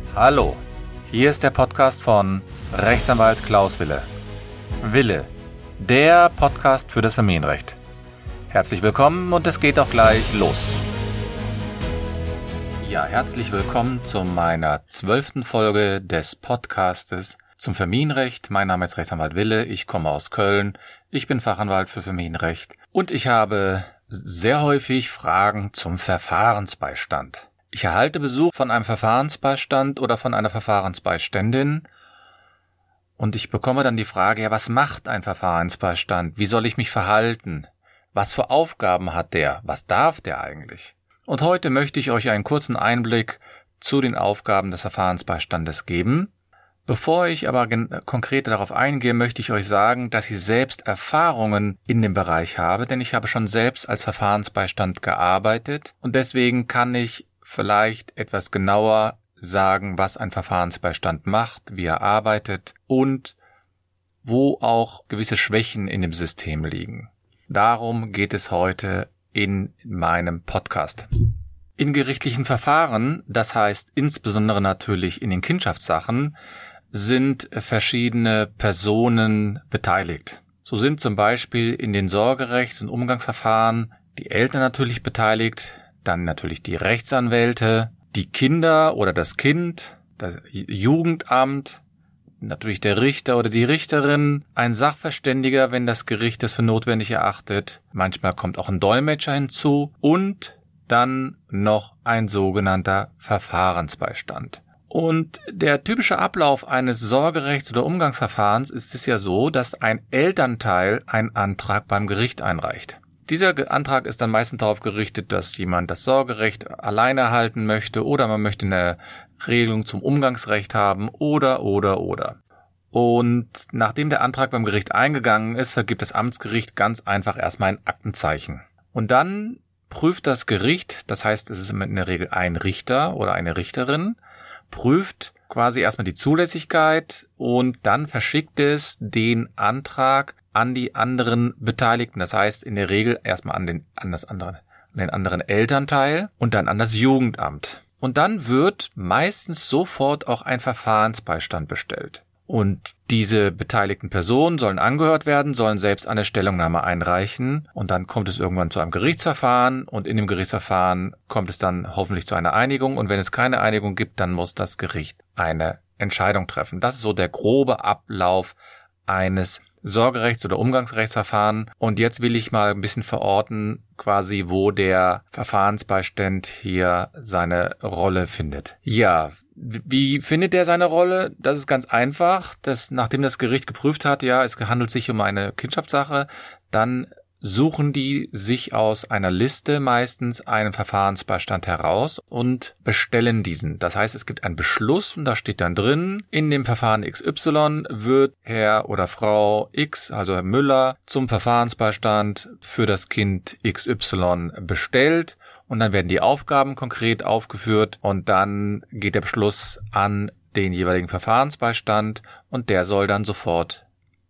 Hallo, hier ist der Podcast von Rechtsanwalt Klaus Wille. Wille, der Podcast für das Familienrecht. Herzlich willkommen und es geht auch gleich los. Ja, herzlich willkommen zu meiner 12. Folge des Podcastes zum Familienrecht. Mein Name ist Rechtsanwalt Wille, ich komme aus Köln, ich bin Fachanwalt für Familienrecht und ich habe sehr häufig Fragen zum Verfahrensbeistand. Ich erhalte Besuch von einem Verfahrensbeistand oder von einer Verfahrensbeiständin und ich bekomme dann die Frage, ja, was macht ein Verfahrensbeistand? Wie soll ich mich verhalten? Was für Aufgaben hat der? Was darf der eigentlich? Und heute möchte ich euch einen kurzen Einblick zu den Aufgaben des Verfahrensbeistandes geben. Bevor ich aber konkret darauf eingehe, möchte ich euch sagen, dass ich selbst Erfahrungen in dem Bereich habe, denn ich habe schon selbst als Verfahrensbeistand gearbeitet und deswegen kann ich vielleicht etwas genauer sagen, was ein Verfahrensbeistand macht, wie er arbeitet und wo auch gewisse Schwächen in dem System liegen. Darum geht es heute in meinem Podcast. In gerichtlichen Verfahren, das heißt insbesondere natürlich in den Kindschaftssachen, sind verschiedene Personen beteiligt. So sind zum Beispiel in den Sorgerechts- und Umgangsverfahren die Eltern natürlich beteiligt, dann natürlich die Rechtsanwälte, die Kinder oder das Kind, das Jugendamt, natürlich der Richter oder die Richterin, ein Sachverständiger, wenn das Gericht es für notwendig erachtet. Manchmal kommt auch ein Dolmetscher hinzu und dann noch ein sogenannter Verfahrensbeistand. Und der typische Ablauf eines Sorgerechts- oder Umgangsverfahrens ist es ja so, dass ein Elternteil einen Antrag beim Gericht einreicht. Dieser Antrag ist dann meistens darauf gerichtet, dass jemand das Sorgerecht alleine erhalten möchte oder man möchte eine Regelung zum Umgangsrecht haben oder. Und nachdem der Antrag beim Gericht eingegangen ist, vergibt das Amtsgericht ganz einfach erstmal ein Aktenzeichen. Und dann prüft das Gericht, das heißt, es ist in der Regel ein Richter oder eine Richterin, prüft quasi erstmal die Zulässigkeit und dann verschickt es den Antrag an die anderen Beteiligten. Das heißt in der Regel erstmal an den anderen Elternteil und dann an das Jugendamt. Und dann wird meistens sofort auch ein Verfahrensbeistand bestellt. Und diese beteiligten Personen sollen angehört werden, sollen selbst eine Stellungnahme einreichen und dann kommt es irgendwann zu einem Gerichtsverfahren und in dem Gerichtsverfahren kommt es dann hoffentlich zu einer Einigung und wenn es keine Einigung gibt, dann muss das Gericht eine Entscheidung treffen. Das ist so der grobe Ablauf eines Sorgerechts- oder Umgangsrechtsverfahren und jetzt will ich mal ein bisschen verorten, quasi wo der Verfahrensbeistand hier seine Rolle findet. Ja, wie findet er seine Rolle? Das ist ganz einfach. Nachdem das Gericht geprüft hat, ja, es handelt sich um eine Kindschaftssache, dann suchen die sich aus einer Liste meistens einen Verfahrensbeistand heraus und bestellen diesen. Das heißt, es gibt einen Beschluss und da steht dann drin, in dem Verfahren XY wird Herr oder Frau X, also Herr Müller, zum Verfahrensbeistand für das Kind XY bestellt. Und dann werden die Aufgaben konkret aufgeführt und dann geht der Beschluss an den jeweiligen Verfahrensbeistand und der soll dann sofort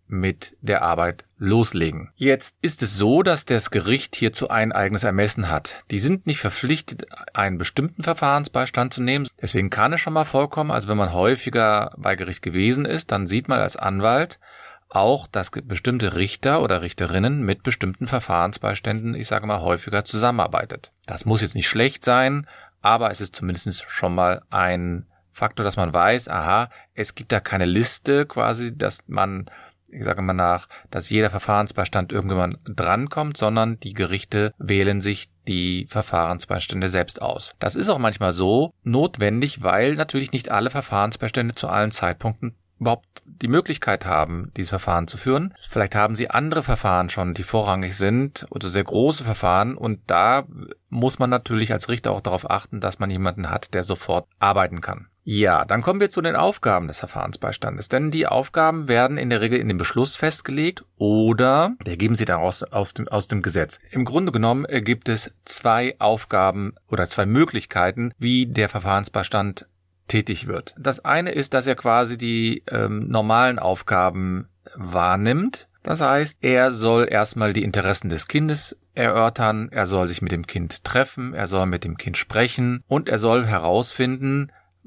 mit der Arbeit loslegen. Jetzt ist es so, dass das Gericht hierzu ein eigenes Ermessen hat. Die sind nicht verpflichtet, einen bestimmten Verfahrensbeistand zu nehmen. Deswegen kann es schon mal vorkommen, also wenn man häufiger bei Gericht gewesen ist, dann sieht man als Anwalt auch, dass bestimmte Richter oder Richterinnen mit bestimmten Verfahrensbeiständen, ich sage mal, häufiger zusammenarbeitet. Das muss jetzt nicht schlecht sein, aber es ist zumindest schon mal ein Faktor, dass man weiß, aha, es gibt da keine Liste quasi, dass man, ich sage mal dass jeder Verfahrensbeistand irgendwann drankommt, sondern die Gerichte wählen sich die Verfahrensbeistände selbst aus. Das ist auch manchmal so notwendig, weil natürlich nicht alle Verfahrensbeistände zu allen Zeitpunkten überhaupt die Möglichkeit haben, dieses Verfahren zu führen. Vielleicht haben sie andere Verfahren schon, die vorrangig sind oder sehr große Verfahren und da muss man natürlich als Richter auch darauf achten, dass man jemanden hat, der sofort arbeiten kann. Ja, dann kommen wir zu den Aufgaben des Verfahrensbeistandes, denn die Aufgaben werden in der Regel in dem Beschluss festgelegt oder ergeben sie daraus aus dem Gesetz. Im Grunde genommen gibt es zwei Aufgaben oder zwei Möglichkeiten, wie der Verfahrensbeistand tätig wird. Das eine ist, dass er quasi die normalen Aufgaben wahrnimmt. Das heißt, er soll erstmal die Interessen des Kindes erörtern, er soll sich mit dem Kind treffen, er soll mit dem Kind sprechen und er soll herausfinden,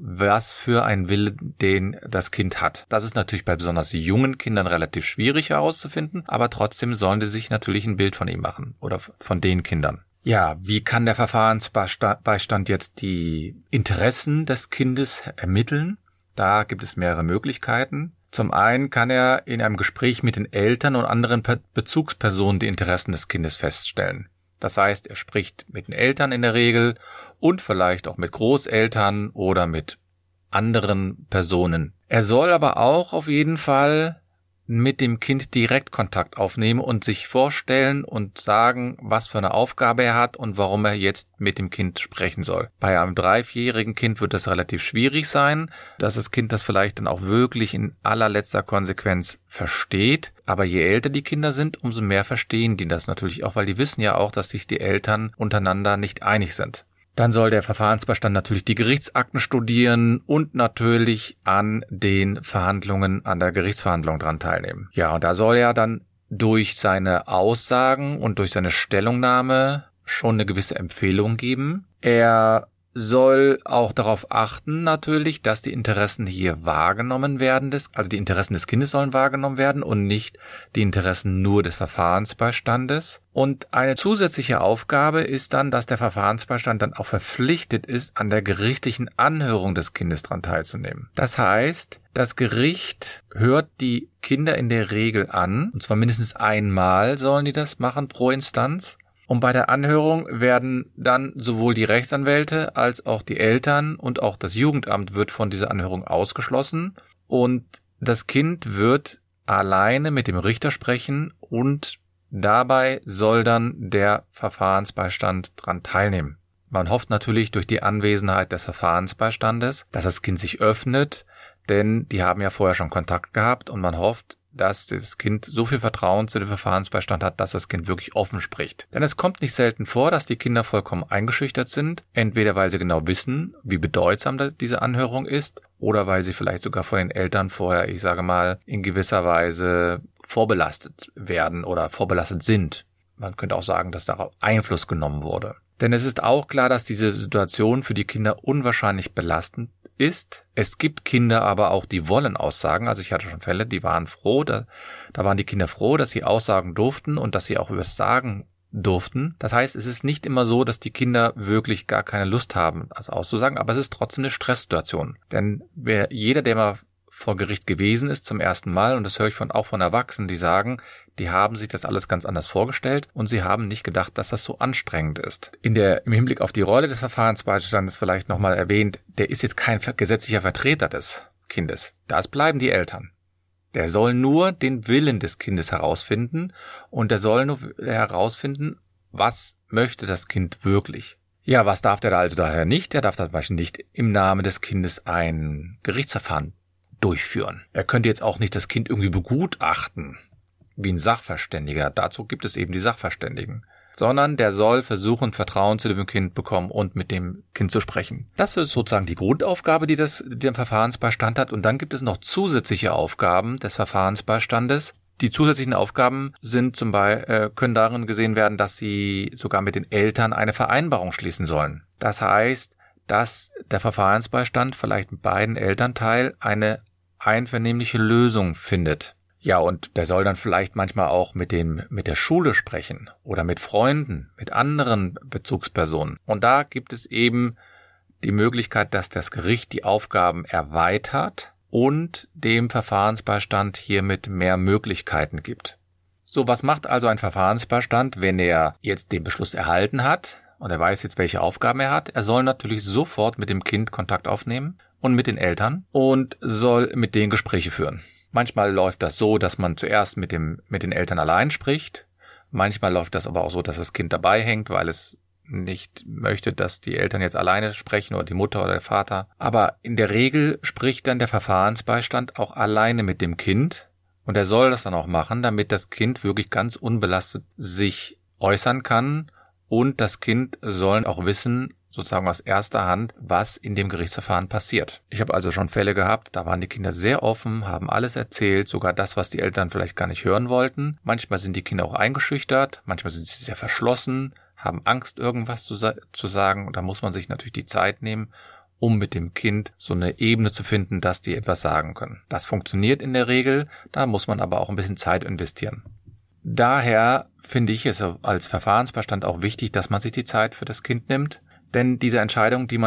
was für ein Wille den das Kind hat. Das ist natürlich bei besonders jungen Kindern relativ schwierig herauszufinden, aber trotzdem sollen die sich natürlich ein Bild von ihm machen oder von den Kindern. Ja, wie kann der Verfahrensbeistand jetzt die Interessen des Kindes ermitteln? Da gibt es mehrere Möglichkeiten. Zum einen kann er in einem Gespräch mit den Eltern und anderen Bezugspersonen die Interessen des Kindes feststellen. Das heißt, er spricht mit den Eltern in der Regel und vielleicht auch mit Großeltern oder mit anderen Personen. Er soll aber auch auf jeden Fall mit dem Kind direkt Kontakt aufnehmen und sich vorstellen und sagen, was für eine Aufgabe er hat und warum er jetzt mit dem Kind sprechen soll. Bei einem 3-4-jährigen Kind wird das relativ schwierig sein, dass das Kind das vielleicht dann auch wirklich in allerletzter Konsequenz versteht. Aber je älter die Kinder sind, umso mehr verstehen die das natürlich auch, weil die wissen ja auch, dass sich die Eltern untereinander nicht einig sind. Dann soll der Verfahrensbeistand natürlich die Gerichtsakten studieren und natürlich an den Verhandlungen, an der Gerichtsverhandlung dran teilnehmen. Ja, und da soll er dann durch seine Aussagen und durch seine Stellungnahme schon eine gewisse Empfehlung geben. Er soll auch darauf achten natürlich, dass die Interessen hier wahrgenommen werden, also die Interessen des Kindes sollen wahrgenommen werden und nicht die Interessen nur des Verfahrensbeistandes. Und eine zusätzliche Aufgabe ist dann, dass der Verfahrensbeistand dann auch verpflichtet ist, an der gerichtlichen Anhörung des Kindes dran teilzunehmen. Das heißt, das Gericht hört die Kinder in der Regel an, und zwar mindestens einmal sollen die das machen pro Instanz. Und bei der Anhörung werden dann sowohl die Rechtsanwälte als auch die Eltern und auch das Jugendamt wird von dieser Anhörung ausgeschlossen. Und das Kind wird alleine mit dem Richter sprechen und dabei soll dann der Verfahrensbeistand dran teilnehmen. Man hofft natürlich durch die Anwesenheit des Verfahrensbeistandes, dass das Kind sich öffnet, denn die haben ja vorher schon Kontakt gehabt und man hofft, dass das Kind so viel Vertrauen zu dem Verfahrensbeistand hat, dass das Kind wirklich offen spricht. Denn es kommt nicht selten vor, dass die Kinder vollkommen eingeschüchtert sind, entweder weil sie genau wissen, wie bedeutsam diese Anhörung ist, oder weil sie vielleicht sogar von den Eltern vorher, ich sage mal, in gewisser Weise vorbelastet werden oder vorbelastet sind. Man könnte auch sagen, dass darauf Einfluss genommen wurde. Denn es ist auch klar, dass diese Situation für die Kinder unwahrscheinlich belastend ist. Es gibt Kinder aber auch, die wollen aussagen. Also ich hatte schon Fälle, die waren froh, da waren die Kinder froh, dass sie aussagen durften und dass sie auch über das Sagen durften. Das heißt, es ist nicht immer so, dass die Kinder wirklich gar keine Lust haben, also auszusagen, aber es ist trotzdem eine Stresssituation. Denn jeder, der mal vor Gericht gewesen ist zum ersten Mal, und das höre ich auch von Erwachsenen, die sagen, die haben sich das alles ganz anders vorgestellt und sie haben nicht gedacht, dass das so anstrengend ist. Im Hinblick auf die Rolle des Verfahrensbeistandes vielleicht nochmal erwähnt, der ist jetzt kein gesetzlicher Vertreter des Kindes. Das bleiben die Eltern. Der soll nur den Willen des Kindes herausfinden und der soll nur herausfinden, was möchte das Kind wirklich. Ja, was darf der da also daher nicht? Der darf zum Beispiel nicht im Namen des Kindes ein Gerichtsverfahren durchführen. Er könnte jetzt auch nicht das Kind irgendwie begutachten, wie ein Sachverständiger. Dazu gibt es eben die Sachverständigen. Sondern der soll versuchen, Vertrauen zu dem Kind bekommen und mit dem Kind zu sprechen. Das ist sozusagen die Grundaufgabe, die der Verfahrensbeistand hat. Und dann gibt es noch zusätzliche Aufgaben des Verfahrensbeistandes. Die zusätzlichen Aufgaben sind können darin gesehen werden, dass sie sogar mit den Eltern eine Vereinbarung schließen sollen. Das heißt, dass der Verfahrensbeistand vielleicht mit beiden Elternteilen eine einvernehmliche Lösung findet. Ja, und der soll dann vielleicht manchmal auch mit der Schule sprechen oder mit Freunden, mit anderen Bezugspersonen. Und da gibt es eben die Möglichkeit, dass das Gericht die Aufgaben erweitert und dem Verfahrensbeistand hiermit mehr Möglichkeiten gibt. So, was macht also ein Verfahrensbeistand, wenn er jetzt den Beschluss erhalten hat und er weiß jetzt, welche Aufgaben er hat? Er soll natürlich sofort mit dem Kind Kontakt aufnehmen und mit den Eltern und soll mit denen Gespräche führen. Manchmal läuft das so, dass man zuerst mit den Eltern allein spricht. Manchmal läuft das aber auch so, dass das Kind dabei hängt, weil es nicht möchte, dass die Eltern jetzt alleine sprechen oder die Mutter oder der Vater. Aber in der Regel spricht dann der Verfahrensbeistand auch alleine mit dem Kind und er soll das dann auch machen, damit das Kind wirklich ganz unbelastet sich äußern kann und das Kind soll auch wissen, sozusagen aus erster Hand, was in dem Gerichtsverfahren passiert. Ich habe also schon Fälle gehabt, da waren die Kinder sehr offen, haben alles erzählt, sogar das, was die Eltern vielleicht gar nicht hören wollten. Manchmal sind die Kinder auch eingeschüchtert, manchmal sind sie sehr verschlossen, haben Angst, irgendwas zu sagen. Und da muss man sich natürlich die Zeit nehmen, um mit dem Kind so eine Ebene zu finden, dass die etwas sagen können. Das funktioniert in der Regel, da muss man aber auch ein bisschen Zeit investieren. Daher finde ich es als Verfahrensbeistand auch wichtig, dass man sich die Zeit für das Kind nimmt. Denn diese Entscheidungen, die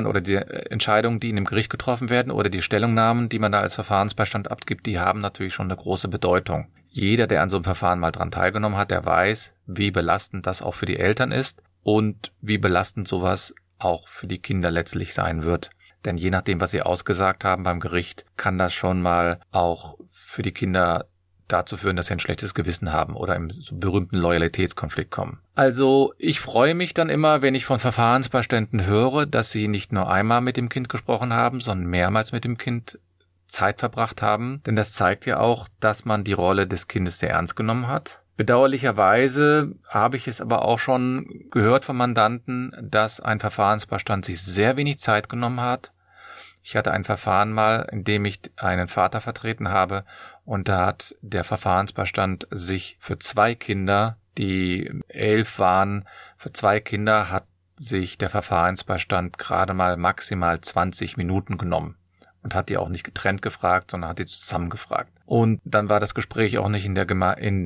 in dem Gericht getroffen werden oder die Stellungnahmen, die man da als Verfahrensbeistand abgibt, die haben natürlich schon eine große Bedeutung. Jeder, der an so einem Verfahren mal dran teilgenommen hat, der weiß, wie belastend das auch für die Eltern ist und wie belastend sowas auch für die Kinder letztlich sein wird. Denn je nachdem, was sie ausgesagt haben beim Gericht, kann das schon mal auch für die Kinder dazu führen, dass sie ein schlechtes Gewissen haben oder im so berühmten Loyalitätskonflikt kommen. Also ich freue mich dann immer, wenn ich von Verfahrensbeiständen höre, dass sie nicht nur einmal mit dem Kind gesprochen haben, sondern mehrmals mit dem Kind Zeit verbracht haben. Denn das zeigt ja auch, dass man die Rolle des Kindes sehr ernst genommen hat. Bedauerlicherweise habe ich es aber auch schon gehört von Mandanten, dass ein Verfahrensbeistand sich sehr wenig Zeit genommen hat. Ich hatte ein Verfahren mal, in dem ich einen Vater vertreten habe und da hat der Verfahrensbeistand sich für 2 Kinder, die 11 waren, für 2 Kinder hat sich der Verfahrensbeistand gerade mal maximal 20 Minuten genommen und hat die auch nicht getrennt gefragt, sondern hat die zusammen gefragt. Und dann war das Gespräch auch nicht in der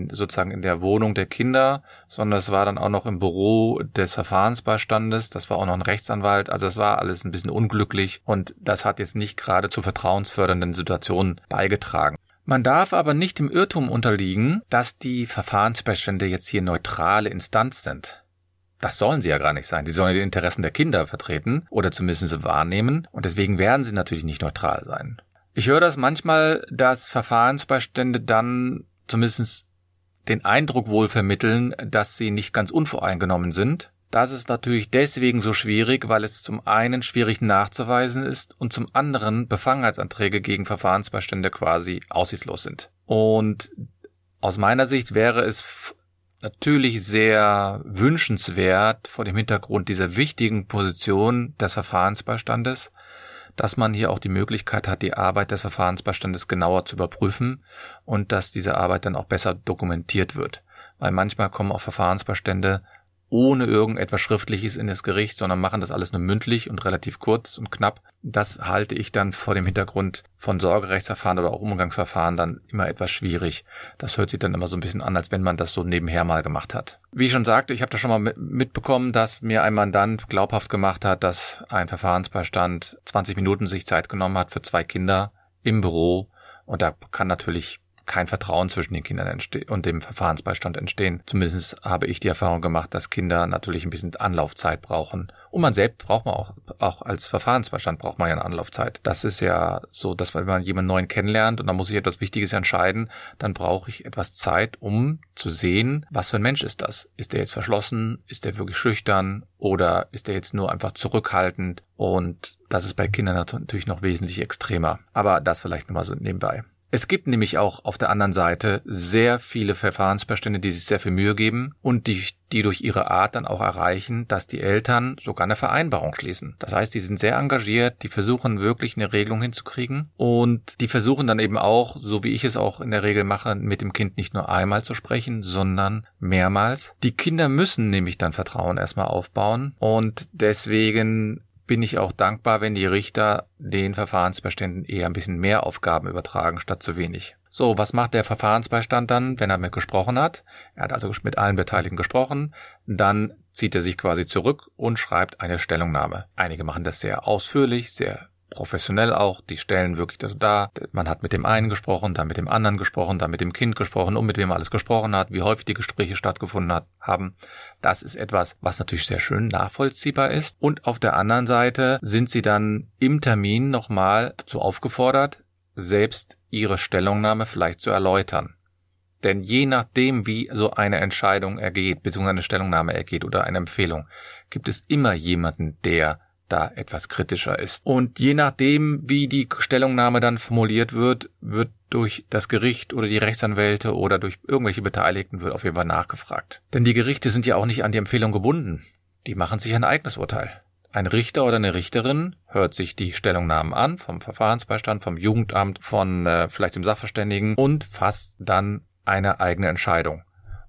Wohnung der Kinder, sondern es war dann auch noch im Büro des Verfahrensbeistandes. Das war auch noch ein Rechtsanwalt. Also das war alles ein bisschen unglücklich und das hat jetzt nicht gerade zu vertrauensfördernden Situationen beigetragen. Man darf aber nicht im Irrtum unterliegen, dass die Verfahrensbeistände jetzt hier neutrale Instanz sind. Das sollen sie ja gar nicht sein. Die sollen die Interessen der Kinder vertreten oder zumindest sie wahrnehmen und deswegen werden sie natürlich nicht neutral sein. Ich höre das manchmal, dass Verfahrensbeistände dann zumindest den Eindruck wohl vermitteln, dass sie nicht ganz unvoreingenommen sind. Das ist natürlich deswegen so schwierig, weil es zum einen schwierig nachzuweisen ist und zum anderen Befangenheitsanträge gegen Verfahrensbeistände quasi aussichtslos sind. Und aus meiner Sicht wäre es natürlich sehr wünschenswert vor dem Hintergrund dieser wichtigen Position des Verfahrensbeistandes, dass man hier auch die Möglichkeit hat, die Arbeit des Verfahrensbeistandes genauer zu überprüfen und dass diese Arbeit dann auch besser dokumentiert wird. Weil manchmal kommen auch Verfahrensbeistände ohne irgendetwas Schriftliches in das Gericht, sondern machen das alles nur mündlich und relativ kurz und knapp. Das halte ich dann vor dem Hintergrund von Sorgerechtsverfahren oder auch Umgangsverfahren dann immer etwas schwierig. Das hört sich dann immer so ein bisschen an, als wenn man das so nebenher mal gemacht hat. Wie ich schon sagte, ich habe das schon mal mitbekommen, dass mir ein Mandant glaubhaft gemacht hat, dass ein Verfahrensbeistand 20 Minuten sich Zeit genommen hat für 2 Kinder im Büro und da kann natürlich kein Vertrauen zwischen den Kindern und dem Verfahrensbeistand entstehen. Zumindest habe ich die Erfahrung gemacht, dass Kinder natürlich ein bisschen Anlaufzeit brauchen. Und man selbst braucht man auch als Verfahrensbeistand braucht man ja eine Anlaufzeit. Das ist ja so, dass wenn man jemanden neuen kennenlernt und dann muss ich etwas Wichtiges entscheiden, dann brauche ich etwas Zeit, um zu sehen, was für ein Mensch ist das? Ist der jetzt verschlossen? Ist der wirklich schüchtern? Oder ist der jetzt nur einfach zurückhaltend? Und das ist bei Kindern natürlich noch wesentlich extremer. Aber das vielleicht nochmal so nebenbei. Es gibt nämlich auch auf der anderen Seite sehr viele Verfahrensbeistände, die sich sehr viel Mühe geben und die durch ihre Art dann auch erreichen, dass die Eltern sogar eine Vereinbarung schließen. Das heißt, die sind sehr engagiert, die versuchen wirklich eine Regelung hinzukriegen und die versuchen dann eben auch, so wie ich es auch in der Regel mache, mit dem Kind nicht nur einmal zu sprechen, sondern mehrmals. Die Kinder müssen nämlich dann Vertrauen erstmal aufbauen und deswegen bin ich auch dankbar, wenn die Richter den Verfahrensbeiständen eher ein bisschen mehr Aufgaben übertragen, statt zu wenig. So, was macht der Verfahrensbeistand dann, wenn er mit gesprochen hat? Er hat also mit allen Beteiligten gesprochen, dann zieht er sich quasi zurück und schreibt eine Stellungnahme. Einige machen das sehr ausführlich, sehr professionell auch, die stellen wirklich das dar. Man hat mit dem einen gesprochen, dann mit dem anderen gesprochen, dann mit dem Kind gesprochen und mit wem alles gesprochen hat, wie häufig die Gespräche stattgefunden haben. Das ist etwas, was natürlich sehr schön nachvollziehbar ist. Und auf der anderen Seite sind sie dann im Termin nochmal dazu aufgefordert, selbst ihre Stellungnahme vielleicht zu erläutern. Denn je nachdem, wie so eine Entscheidung ergeht, beziehungsweise eine Stellungnahme ergeht oder eine Empfehlung, gibt es immer jemanden, der da etwas kritischer ist. Und je nachdem, wie die Stellungnahme dann formuliert wird durch das Gericht oder die Rechtsanwälte oder durch irgendwelche Beteiligten wird auf jeden Fall nachgefragt. Denn die Gerichte sind ja auch nicht an die Empfehlung gebunden. Die machen sich ein eigenes Urteil. Ein Richter oder eine Richterin hört sich die Stellungnahmen an, vom Verfahrensbeistand, vom Jugendamt, von vielleicht dem Sachverständigen und fasst dann eine eigene Entscheidung.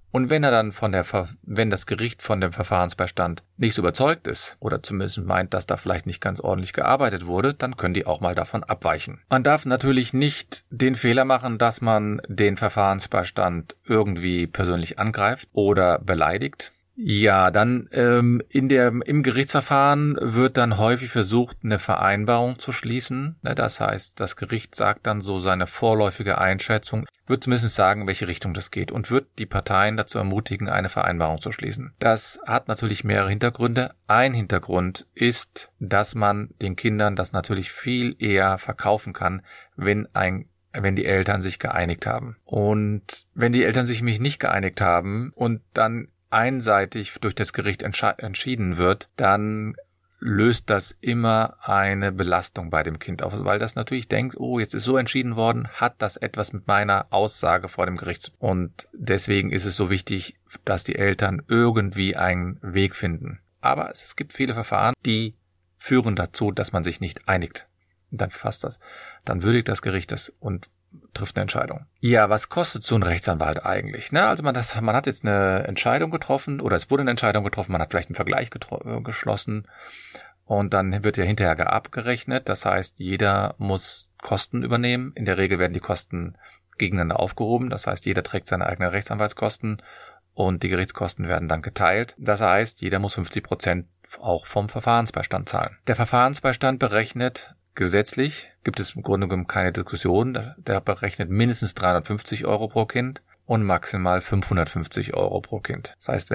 Und wenn wenn das Gericht von dem Verfahrensbeistand nicht so überzeugt ist oder zumindest meint, dass da vielleicht nicht ganz ordentlich gearbeitet wurde, dann können die auch mal davon abweichen. Man darf natürlich nicht den Fehler machen, dass man den Verfahrensbeistand irgendwie persönlich angreift oder beleidigt. Ja, dann im Gerichtsverfahren wird dann häufig versucht, eine Vereinbarung zu schließen. Das heißt, das Gericht sagt dann so seine vorläufige Einschätzung, wird zumindest sagen, in welche Richtung das geht und wird die Parteien dazu ermutigen, eine Vereinbarung zu schließen. Das hat natürlich mehrere Hintergründe. Ein Hintergrund ist, dass man den Kindern das natürlich viel eher verkaufen kann, wenn die Eltern sich geeinigt haben. Und wenn die Eltern sich nämlich nicht geeinigt haben und dann einseitig durch das Gericht entschieden wird, dann löst das immer eine Belastung bei dem Kind aus, weil das natürlich denkt, oh, jetzt ist so entschieden worden, hat das etwas mit meiner Aussage vor dem Gericht zu tun. Und deswegen ist es so wichtig, dass die Eltern irgendwie einen Weg finden. Aber es gibt viele Verfahren, die führen dazu, dass man sich nicht einigt. Und dann würdigt das Gericht das und trifft eine Entscheidung. Ja, was kostet so ein Rechtsanwalt eigentlich? Also man hat jetzt eine Entscheidung getroffen oder es wurde eine Entscheidung getroffen, man hat vielleicht einen Vergleich geschlossen und dann wird ja hinterher abgerechnet. Das heißt, jeder muss Kosten übernehmen. In der Regel werden die Kosten gegeneinander aufgehoben. Das heißt, jeder trägt seine eigenen Rechtsanwaltskosten und die Gerichtskosten werden dann geteilt. Das heißt, jeder muss 50% auch vom Verfahrensbeistand zahlen. Der Verfahrensbeistand berechnet gesetzlich, gibt es im Grunde genommen keine Diskussion, der berechnet mindestens 350 Euro pro Kind und maximal 550 Euro pro Kind. Das heißt,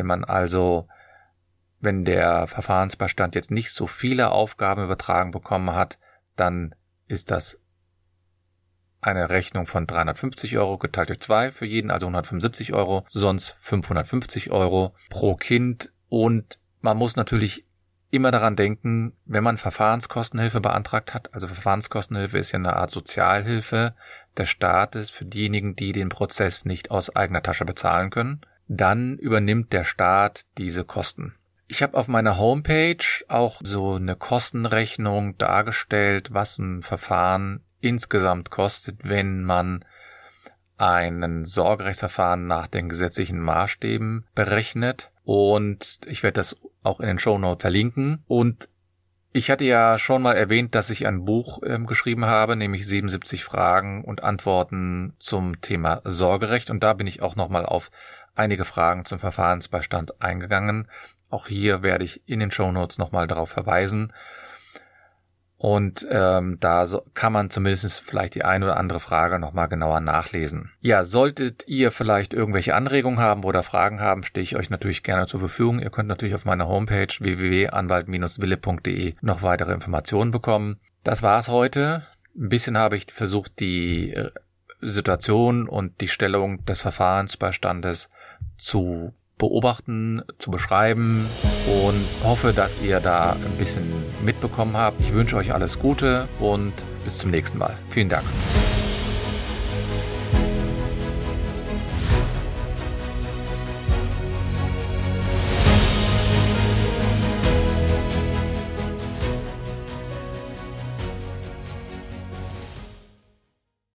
wenn der Verfahrensbeistand jetzt nicht so viele Aufgaben übertragen bekommen hat, dann ist das eine Rechnung von 350 Euro geteilt durch 2 für jeden, also 175 Euro, sonst 550 Euro pro Kind. Und man muss natürlich immer daran denken, wenn man Verfahrenskostenhilfe beantragt hat, also Verfahrenskostenhilfe ist ja eine Art Sozialhilfe des Staates für diejenigen, die den Prozess nicht aus eigener Tasche bezahlen können, dann übernimmt der Staat diese Kosten. Ich habe auf meiner Homepage auch so eine Kostenrechnung dargestellt, was ein Verfahren insgesamt kostet, wenn man einen Sorgerechtsverfahren nach den gesetzlichen Maßstäben berechnet. Und ich werde das auch in den Shownotes verlinken. Und ich hatte ja schon mal erwähnt, dass ich ein Buch geschrieben habe, nämlich 77 Fragen und Antworten zum Thema Sorgerecht. Und da bin ich auch nochmal auf einige Fragen zum Verfahrensbeistand eingegangen. Auch hier werde ich in den Shownotes nochmal darauf verweisen. Und kann man zumindest vielleicht die eine oder andere Frage nochmal genauer nachlesen. Ja, solltet ihr vielleicht irgendwelche Anregungen haben oder Fragen haben, stehe ich euch natürlich gerne zur Verfügung. Ihr könnt natürlich auf meiner Homepage www.anwalt-wille.de noch weitere Informationen bekommen. Das war's heute. Ein bisschen habe ich versucht, die Situation und die Stellung des Verfahrensbeistandes zu beobachten, zu beschreiben und hoffe, dass ihr da ein bisschen mitbekommen habt. Ich wünsche euch alles Gute und bis zum nächsten Mal. Vielen Dank.